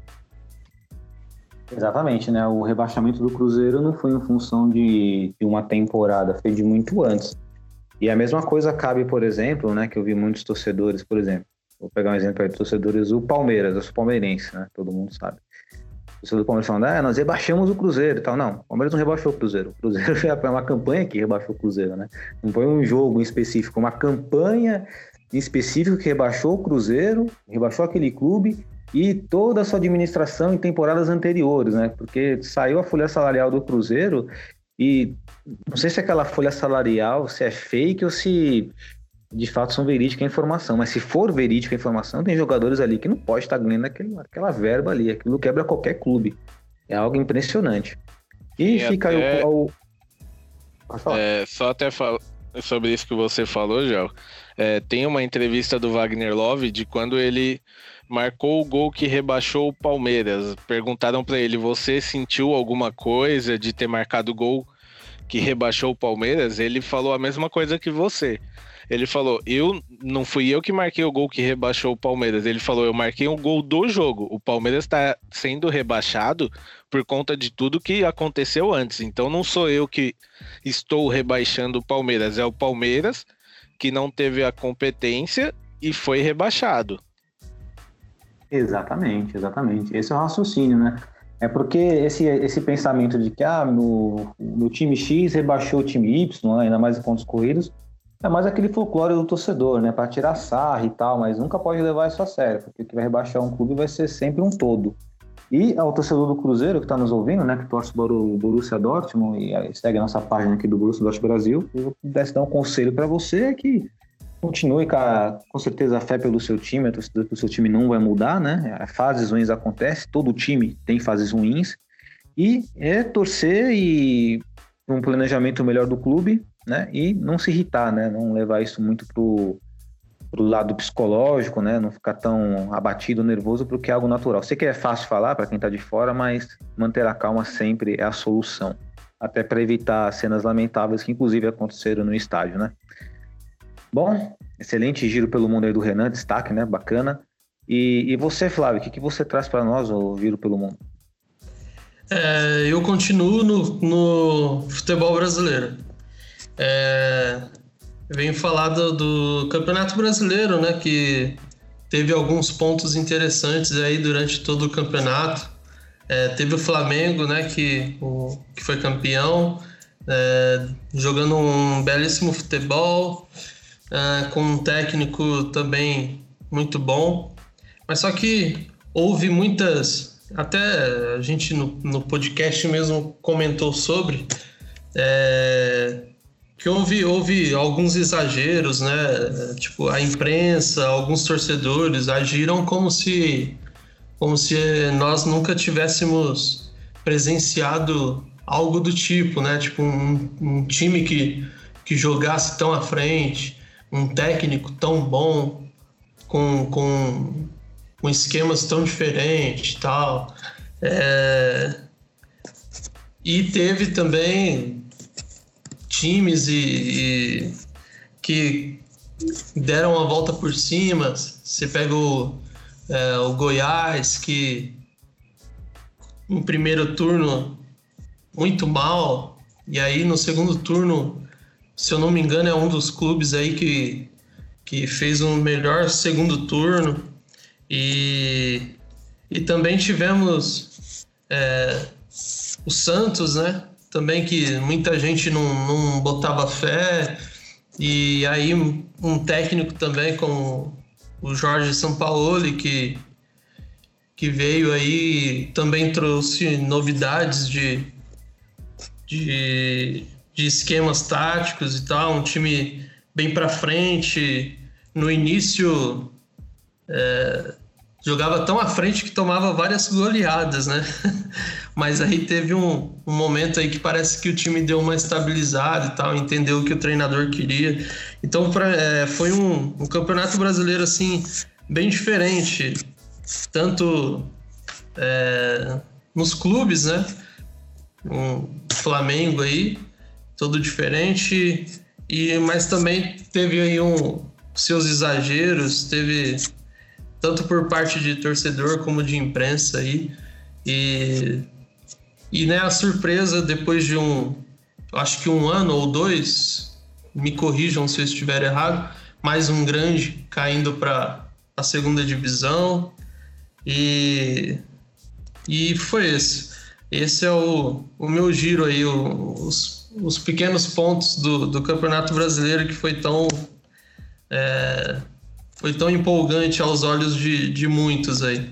A: Exatamente, né? O rebaixamento do Cruzeiro não foi em função de uma temporada, foi de muito antes. E a mesma coisa cabe, por exemplo, né? Que eu vi muitos torcedores, por exemplo, vou pegar um exemplo aí de torcedores, o Palmeiras, eu sou palmeirense, né? Todo mundo sabe. O torcedor do Palmeiras falando, nós rebaixamos o Cruzeiro e tal. Não, o Palmeiras não rebaixou o Cruzeiro. O Cruzeiro foi uma campanha que rebaixou o Cruzeiro, né? Não foi um jogo em específico, uma campanha em específico que rebaixou o Cruzeiro, rebaixou aquele clube e toda a sua administração em temporadas anteriores, né? Porque saiu a folha salarial do Cruzeiro e não sei se aquela folha salarial se é fake ou se de fato são verídica a informação, mas se for verídica a informação, tem jogadores ali que não pode estar ganhando aquela verba ali, aquilo quebra qualquer clube. É algo impressionante. E fica
D: até,
A: aí o... Pode falar.
D: Só até sobre isso que você falou, João. Tem uma entrevista do Wagner Love de quando ele marcou o gol que rebaixou o Palmeiras. Perguntaram para ele, você sentiu alguma coisa de ter marcado o gol que rebaixou o Palmeiras? Ele falou a mesma coisa que você. Ele falou, não fui eu que marquei o gol que rebaixou o Palmeiras. Ele falou, eu marquei um gol do jogo. O Palmeiras está sendo rebaixado por conta de tudo que aconteceu antes. Então não sou eu que estou rebaixando o Palmeiras. É o Palmeiras que não teve a competência e foi rebaixado.
A: Exatamente. Esse é o raciocínio, né? É porque esse pensamento de que no time X rebaixou o time Y, ainda mais em pontos corridos, é mais aquele folclore do torcedor, né? Para tirar sarro e tal, mas nunca pode levar isso a sério, porque o que vai rebaixar um clube vai ser sempre um todo. E ao torcedor do Cruzeiro que está nos ouvindo, né? Que torce para o Borussia Dortmund e segue a nossa página aqui do Borussia Dortmund Brasil, eu pudesse dar um conselho para você é que continue com certeza a fé pelo seu time, a torcida do seu time não vai mudar, né? Fases ruins acontecem, todo time tem fases ruins, e torcer e um planejamento melhor do clube, né? E não se irritar, né? Não levar isso muito pro lado psicológico, né? Não ficar tão abatido, nervoso, porque é algo natural. Sei que é fácil falar para quem tá de fora, mas manter a calma sempre é a solução, até para evitar cenas lamentáveis que inclusive aconteceram no estádio, né? Bom, excelente giro pelo mundo aí do Renan, destaque, né? Bacana. E você, Flávio, o que você traz para nós, o giro pelo mundo?
E: Eu continuo no futebol brasileiro. Eu venho falar do Campeonato Brasileiro, né? Que teve alguns pontos interessantes aí durante todo o campeonato. Teve o Flamengo, né? Que foi campeão, jogando um belíssimo futebol. Com um técnico também muito bom, mas só que houve muitas, até a gente no podcast mesmo comentou sobre, que houve alguns exageros, né? Tipo, a imprensa, alguns torcedores agiram como se nós nunca tivéssemos presenciado algo do tipo, né? Tipo, um time que jogasse tão à frente, um técnico tão bom, com esquemas tão diferentes e tal. E teve também times que deram a volta por cima. Você pega o Goiás, que no primeiro turno muito mal, e aí no segundo turno, se eu não me engano, é um dos clubes aí que fez um melhor segundo turno. E também tivemos o Santos, né? Também, que muita gente não botava fé, e aí um técnico também como o Jorge Sampaoli, que veio aí, também trouxe novidades de esquemas táticos e tal, um time bem para frente. No início jogava tão à frente que tomava várias goleadas, né? Mas aí teve um momento aí que parece que o time deu uma estabilizada e tal, entendeu o que o treinador queria. Então foi um campeonato brasileiro assim bem diferente, tanto nos clubes, né? Um Flamengo aí, todo diferente, mas também teve aí seus exageros, teve tanto por parte de torcedor como de imprensa aí, e né, a surpresa depois de acho que 1 ano ou 2, me corrijam se eu estiver errado, mais um grande caindo para a segunda divisão, e foi esse é o meu giro aí, os pequenos pontos do Campeonato Brasileiro, que foi tão empolgante aos olhos de muitos aí.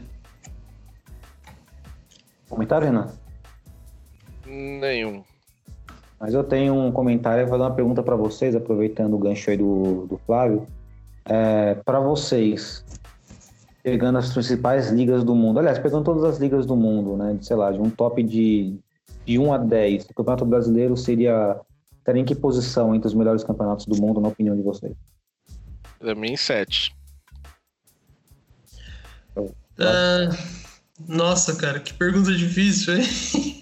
A: Comentário, Renan?
D: Nenhum.
A: Mas eu tenho um comentário e vou dar uma pergunta para vocês, aproveitando o gancho aí do Flávio. Para vocês, pegando as principais ligas do mundo, aliás, pegando todas as ligas do mundo, né, sei lá, de um top de 1 a 10, o Campeonato Brasileiro estaria em que posição entre os melhores campeonatos do mundo, na opinião de vocês?
D: Para mim, 7.
E: Nossa, cara, que pergunta difícil, hein?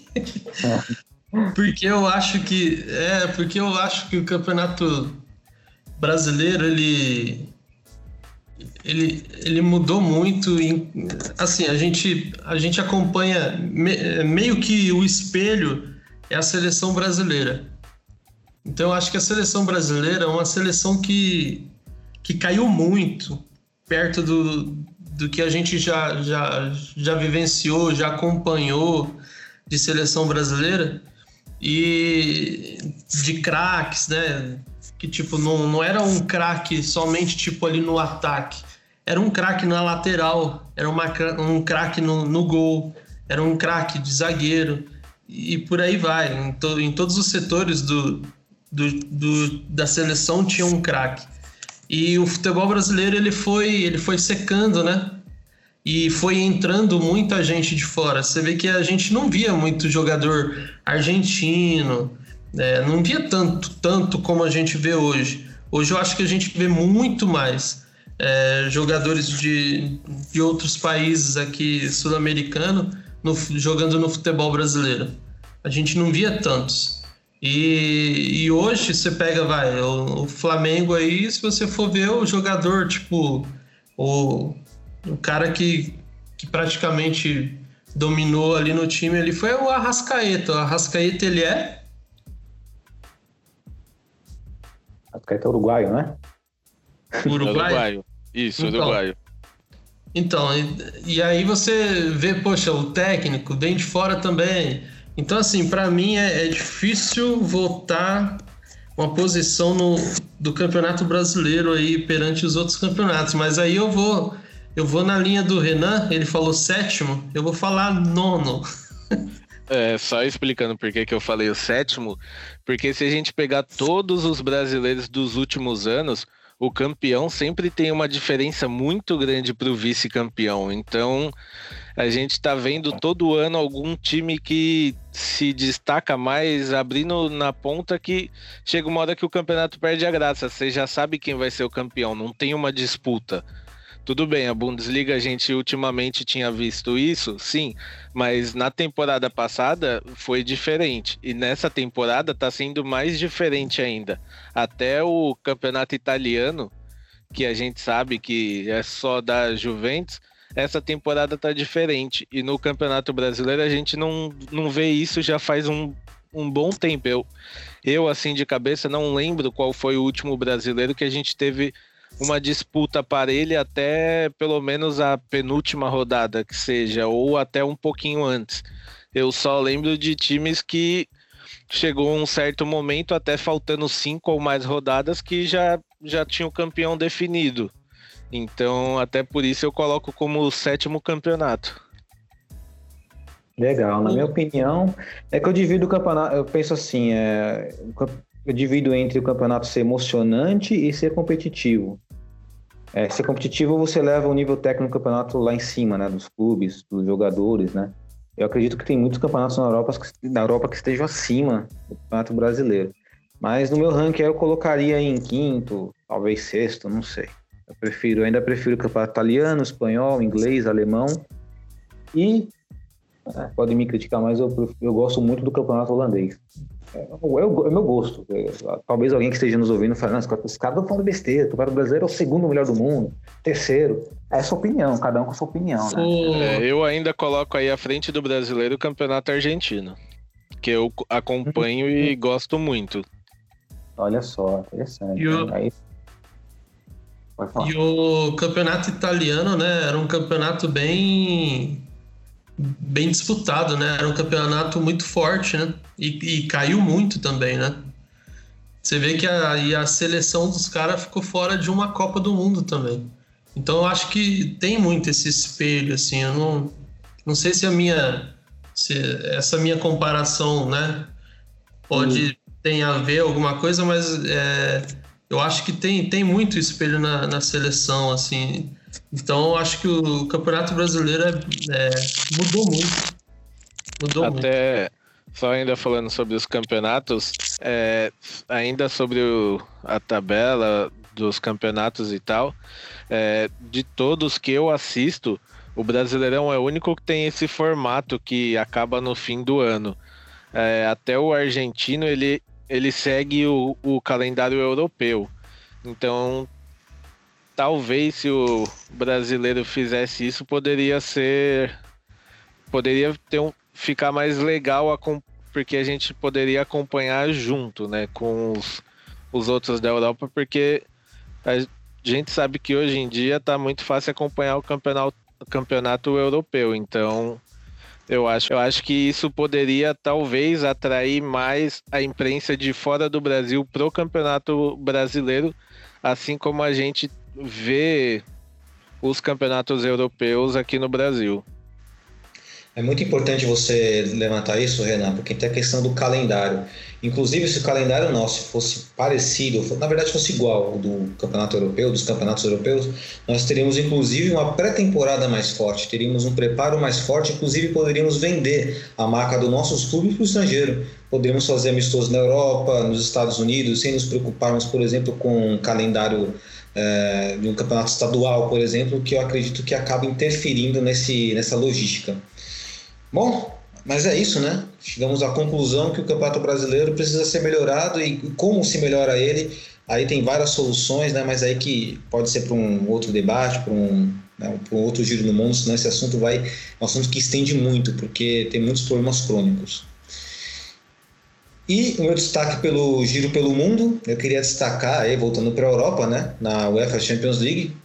E: Porque eu acho que o Campeonato Brasileiro ele mudou muito. Assim, a gente acompanha meio que o espelho é a seleção brasileira. Então eu acho que a seleção brasileira é uma seleção que caiu muito perto do que a gente já vivenciou, já acompanhou de seleção brasileira, e de craques, né? Que tipo, não era um craque somente tipo ali no ataque, era um craque na lateral, era um craque no gol, era um craque de zagueiro, e por aí vai. Em todos os setores da seleção tinha um craque. E o futebol brasileiro ele foi secando, né? E foi entrando muita gente de fora. Você vê que a gente não via muito jogador argentino, não via tanto como a gente vê hoje. Hoje eu acho que a gente vê muito mais jogadores de outros países aqui sul-americanos jogando no futebol brasileiro. A gente não via tantos. E hoje você pega, o Flamengo aí, se você for ver o jogador, tipo, o cara que praticamente dominou ali no time, ele foi o Arrascaeta. O Arrascaeta, ele é...
A: Arrascaeta é uruguaio, né?
E: Uruguaio?
D: Isso, então, uruguaio.
E: Então, e aí você vê, poxa, o técnico vem de fora também. Então, assim, para mim é difícil votar uma posição do Campeonato Brasileiro aí perante os outros campeonatos, mas aí eu vou na linha do Renan, ele falou 7º, eu vou falar 9º.
D: Só explicando por que eu falei o 7º, porque se a gente pegar todos os brasileiros dos últimos anos, o campeão sempre tem uma diferença muito grande para o vice-campeão. Então, a gente está vendo todo ano algum time que se destaca mais, abrindo na ponta, que chega uma hora que o campeonato perde a graça. Você já sabe quem vai ser o campeão, não tem uma disputa. Tudo bem, a Bundesliga a gente ultimamente tinha visto isso, sim, mas na temporada passada foi diferente. E nessa temporada tá sendo mais diferente ainda. Até o campeonato italiano, que a gente sabe que é só da Juventus, essa temporada tá diferente. E no Campeonato Brasileiro a gente não vê isso já faz um bom tempo. Eu, assim, de cabeça, não lembro qual foi o último brasileiro que a gente teve uma disputa parelha até pelo menos a penúltima rodada que seja, ou até um pouquinho antes. Eu só lembro de times que chegou um certo momento, até faltando 5 ou mais rodadas, que já tinha o campeão definido. Então, até por isso eu coloco como o 7º campeonato.
A: Legal, na minha opinião, é que eu divido o campeonato, eu penso assim, eu divido entre o campeonato ser emocionante e ser competitivo. Ser competitivo, você leva o nível técnico do campeonato lá em cima, né, dos clubes, dos jogadores, né? Eu acredito que tem muitos campeonatos na Europa que estejam acima do campeonato brasileiro. Mas no meu ranking eu colocaria em 5º, talvez 6º, não sei. Eu ainda prefiro o campeonato italiano, espanhol, inglês, alemão. E podem me criticar, mas eu gosto muito do campeonato holandês. É o meu gosto. Talvez alguém que esteja nos ouvindo fale, esse cara tá falando besteira, o campeonato brasileiro é o 2º melhor do mundo, 3º. É a sua opinião, cada um com a sua opinião, né?
D: Eu ainda coloco aí à frente do brasileiro o campeonato argentino, que eu acompanho e gosto muito.
A: Olha só, interessante.
E: E o campeonato italiano, né, era um campeonato bem disputado, né? Era um campeonato muito forte, né? E caiu muito também, né? Você vê que a seleção dos caras ficou fora de uma Copa do Mundo também. Então eu acho que tem muito esse espelho, assim. Eu não sei se essa minha comparação, né, tem a ver alguma coisa, mas eu acho que tem muito espelho na seleção, assim. Então, eu acho que o Campeonato Brasileiro mudou muito.
D: Até, só ainda falando sobre os campeonatos, ainda sobre a tabela dos campeonatos e tal, de todos que eu assisto, o Brasileirão é o único que tem esse formato que acaba no fim do ano. Até o argentino, ele segue o calendário europeu. Então, talvez se o brasileiro fizesse isso, poderia ficar mais legal, porque a gente poderia acompanhar junto, né, com os outros da Europa, porque a gente sabe que hoje em dia tá muito fácil acompanhar o campeonato europeu. Então, eu acho que isso poderia talvez atrair mais a imprensa de fora do Brasil pro campeonato brasileiro, assim como a gente vê os campeonatos europeus aqui no Brasil.
F: É muito importante você levantar isso, Renan, porque tem a questão do calendário. Inclusive, se o calendário nosso fosse parecido, na verdade fosse igual ao do campeonato europeu, dos campeonatos europeus, nós teríamos inclusive uma pré-temporada mais forte, teríamos um preparo mais forte, inclusive poderíamos vender a marca dos nossos clubes para o estrangeiro. Poderíamos fazer amistosos na Europa, nos Estados Unidos, sem nos preocuparmos, por exemplo, com um calendário de um campeonato estadual, por exemplo, que eu acredito que acaba interferindo nessa logística. Bom, mas é isso, né? Chegamos à conclusão que o Campeonato Brasileiro precisa ser melhorado, e como se melhora ele, aí tem várias soluções, né? Mas aí que pode ser para um outro debate, para um outro giro no mundo, senão esse assunto é um assunto que estende muito, porque tem muitos problemas crônicos. E o meu destaque pelo giro pelo mundo, eu queria destacar, aí, voltando para a Europa, né? Na UEFA Champions League,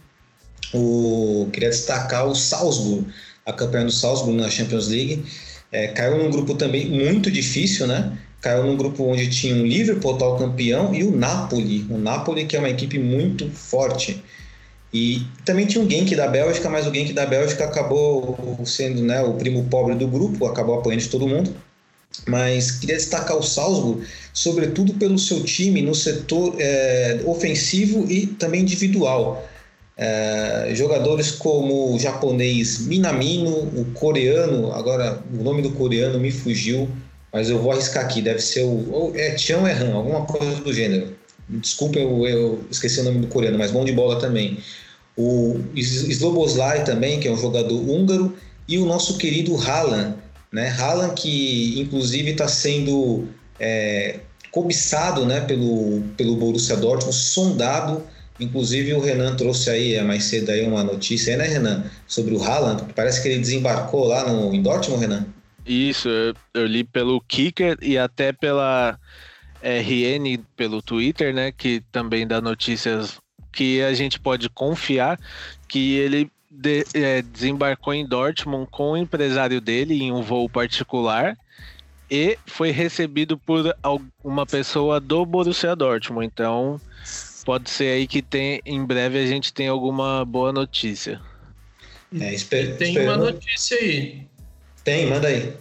F: queria destacar o Salzburg, a campeã do Salzburg na Champions League. Caiu num grupo também muito difícil, né? Caiu num grupo onde tinha o Liverpool, atual campeão, e o Napoli, que é uma equipe muito forte. E também tinha o Genk da Bélgica, mas o Genk da Bélgica acabou sendo, né, o primo pobre do grupo, acabou apanhando de todo mundo. Mas queria destacar o Salzburg, sobretudo pelo seu time no setor ofensivo e também individual. Jogadores como o japonês Minamino, o coreano, agora o nome do coreano me fugiu, mas eu vou arriscar aqui, deve ser Chang Han, alguma coisa do gênero. Desculpa, eu esqueci o nome do coreano, mas bom de bola também. o Szoboszlai também, que é um jogador húngaro, e o nosso querido Haaland, né? Haaland que inclusive está sendo cobiçado, né, pelo Borussia Dortmund, sondado. Inclusive o Renan trouxe aí mais cedo aí uma notícia, né, Renan, sobre o Haaland. Parece que ele desembarcou lá em Dortmund, Renan.
D: Isso, eu li pelo Kicker e até pela RN, pelo Twitter, né, que também dá notícias que a gente pode confiar, que ele desembarcou em Dortmund com o empresário dele em um voo particular e foi recebido por uma pessoa do Borussia Dortmund. Então pode ser aí que em breve a gente tem alguma boa notícia.
E: Tem uma notícia aí.
F: Tem, manda aí.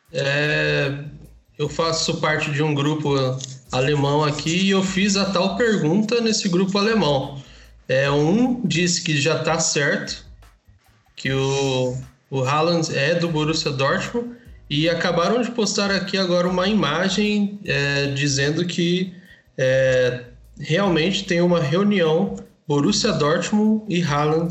E: Eu faço parte de um grupo alemão aqui e eu fiz a tal pergunta nesse grupo alemão. Um disse que já está certo, que o Haaland é do Borussia Dortmund, e acabaram de postar aqui agora uma imagem dizendo que realmente tem uma reunião Borussia Dortmund e Haaland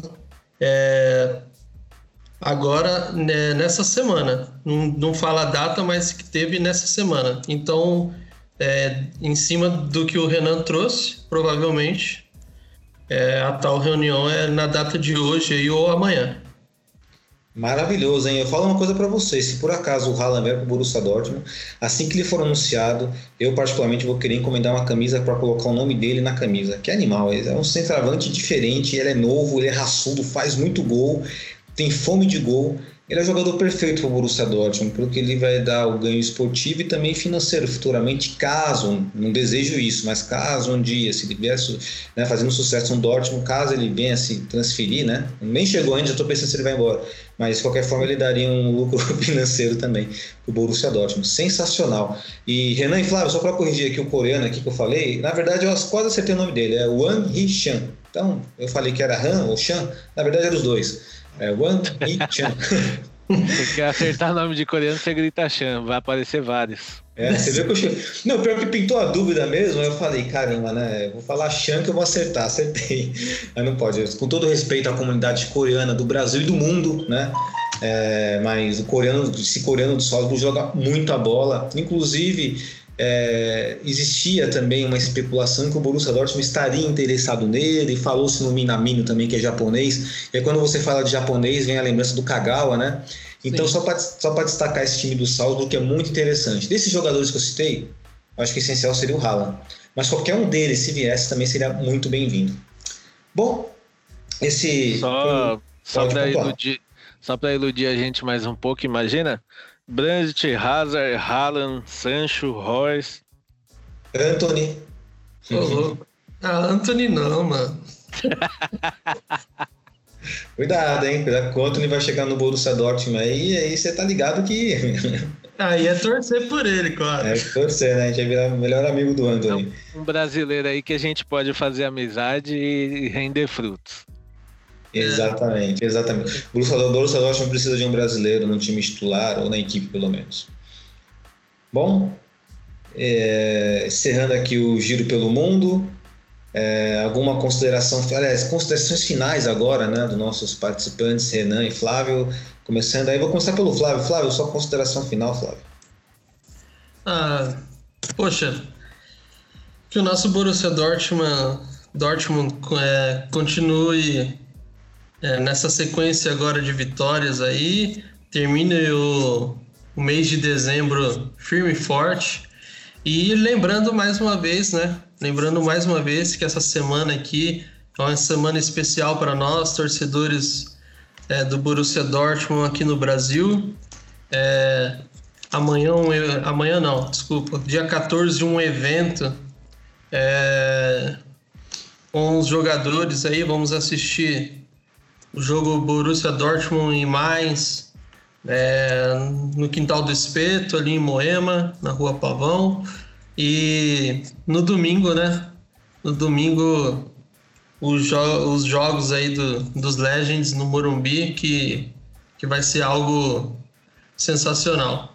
E: agora nessa semana. Não fala a data, mas que teve nessa semana. Então, em cima do que o Renan trouxe, provavelmente a tal reunião é na data de hoje aí, ou amanhã.
F: Maravilhoso, hein? Eu falo uma coisa para vocês, se por acaso o Haaland vier para o Borussia Dortmund, assim que ele for anunciado, eu particularmente vou querer encomendar uma camisa para colocar o nome dele na camisa. Que animal, é um centroavante diferente, ele é novo, ele é raçudo, faz muito gol, tem fome de gol. Ele é o jogador perfeito para o Borussia Dortmund, porque ele vai dar o ganho esportivo e também financeiro futuramente, caso, não desejo isso, mas caso um dia, se ele vier fazendo sucesso no Dortmund, caso ele venha se transferir, né? Nem chegou ainda, já estou pensando se ele vai embora, mas de qualquer forma ele daria um lucro financeiro também para o Borussia Dortmund. Sensacional. E Renan e Flávio, só para corrigir aqui o coreano aqui que eu falei, na verdade eu quase acertei o nome dele, é Wang Hee-chan. Então, eu falei que era Han ou Chan, na verdade era os dois. Wang Hee-chan.
D: Se quer acertar o nome de coreano, você grita Chan, vai aparecer vários.
F: Você viu que eu... Não, pior que pintou a dúvida mesmo, eu falei, caramba, né? Vou falar Chan que eu vou acertar, acertei. Mas não pode, com todo respeito à comunidade coreana do Brasil e do mundo, né? Mas esse coreano do Salzburg joga muita bola, inclusive... existia também uma especulação que o Borussia Dortmund estaria interessado nele, falou-se no Minamino também, que é japonês, e aí quando você fala de japonês vem a lembrança do Kagawa, né? Então só para destacar esse time do Salzburg, que é muito interessante. Desses jogadores que eu citei, acho que o essencial seria o Haaland, mas qualquer um deles, se viesse, também seria muito bem-vindo. Bom,
D: só para iludir a gente mais um pouco, imagina Brandt, Hazard, Haaland, Sancho, Royce,
F: Antony.
E: Antony não, mano.
F: Cuidado, hein? Cuidado que o Antony vai chegar no Borussia Dortmund aí você tá ligado que...
E: Aí é torcer por ele, claro.
F: Torcer, né? A gente vai virar o melhor amigo do Antony.
D: Um brasileiro aí que a gente pode fazer amizade e render frutos.
F: Exatamente. O Borussia Dortmund precisa de um brasileiro no time titular ou na equipe, pelo menos. Bom, encerrando aqui o giro pelo mundo, alguma consideração, considerações finais agora, né, dos nossos participantes, Renan e Flávio, começando aí, vou começar pelo Flávio. Flávio, sua consideração final, Flávio.
E: Poxa, que o nosso Borussia Dortmund continue nessa sequência agora de vitórias aí, termine o mês de dezembro firme e forte, e lembrando mais uma vez que essa semana aqui é uma semana especial para nós, torcedores do Borussia Dortmund aqui no Brasil. Dia 14, um evento com os jogadores aí, vamos assistir o jogo Borussia Dortmund em Mainz, no Quintal do Espeto, ali em Moema, na Rua Pavão. E no domingo, os jogos aí dos Legends no Morumbi, que vai ser algo sensacional.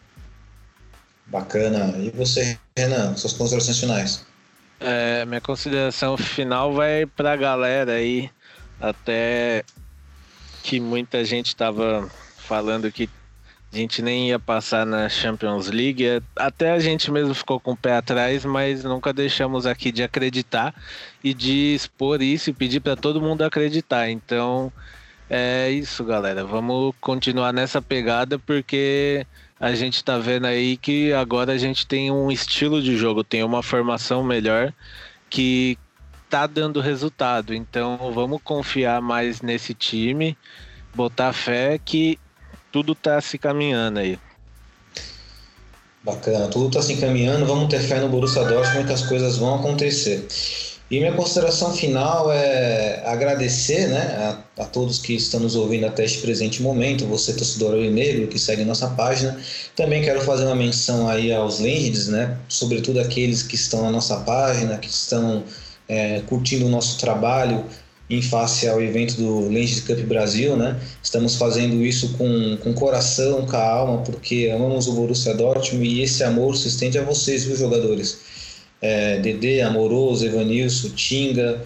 F: Bacana. E você, Renan, suas considerações finais?
D: Minha consideração final vai para a galera aí Até que muita gente estava falando que a gente nem ia passar na Champions League. Até a gente mesmo ficou com o pé atrás, mas nunca deixamos aqui de acreditar e de expor isso e pedir para todo mundo acreditar. Então é isso, galera. Vamos continuar nessa pegada, porque a gente tá vendo aí que agora a gente tem um estilo de jogo, tem uma formação melhor que tá dando resultado. Então vamos confiar mais nesse time, botar fé que tudo tá se caminhando aí.
F: Bacana, tudo tá se encaminhando, vamos ter fé no Borussia Dortmund que as coisas vão acontecer. E minha consideração final é agradecer, né, a todos que estão nos ouvindo até este presente momento, você torcedor aurinegro que segue nossa página. Também quero fazer uma menção aí aos Lengids, né, sobretudo aqueles que estão na nossa página, que estão curtindo o nosso trabalho em face ao evento do Lengids Cup Brasil, né? Estamos fazendo isso com coração, com a alma, porque amamos o Borussia Dortmund e esse amor se estende a vocês, viu, jogadores? Dedê, Amoroso, Evanilson, Tinga,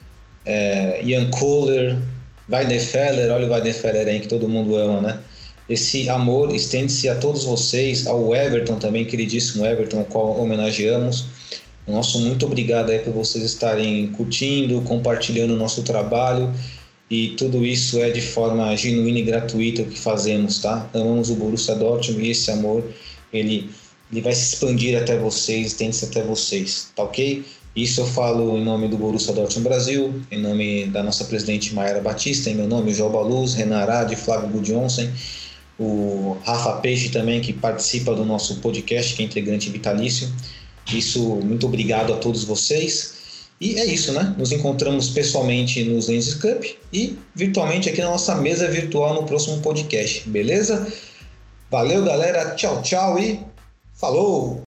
F: Ian Kohler, Weidenfeller, olha o Weidenfeller aí que todo mundo ama, né? Esse amor estende-se a todos vocês, ao Everton também, queridíssimo Everton, ao qual homenageamos. Nosso muito obrigado aí por vocês estarem curtindo, compartilhando o nosso trabalho, e tudo isso é de forma genuína e gratuita o que fazemos, tá? Amamos o Borussia Dortmund e esse amor, ele vai se expandir até vocês, estende-se até vocês, tá ok? Isso eu falo em nome do Borussia Dortmund Brasil, em nome da nossa presidente Mayara Batista, em meu nome, João Baluz, Renan Arade, Flávio Gudjonsen, o Rafa Peixe também, que participa do nosso podcast, que é integrante vitalício. Isso, muito obrigado a todos vocês. E é isso, né? Nos encontramos pessoalmente nos Lengids Cup e virtualmente aqui na nossa mesa virtual no próximo podcast, beleza? Valeu, galera. Tchau, tchau e falou!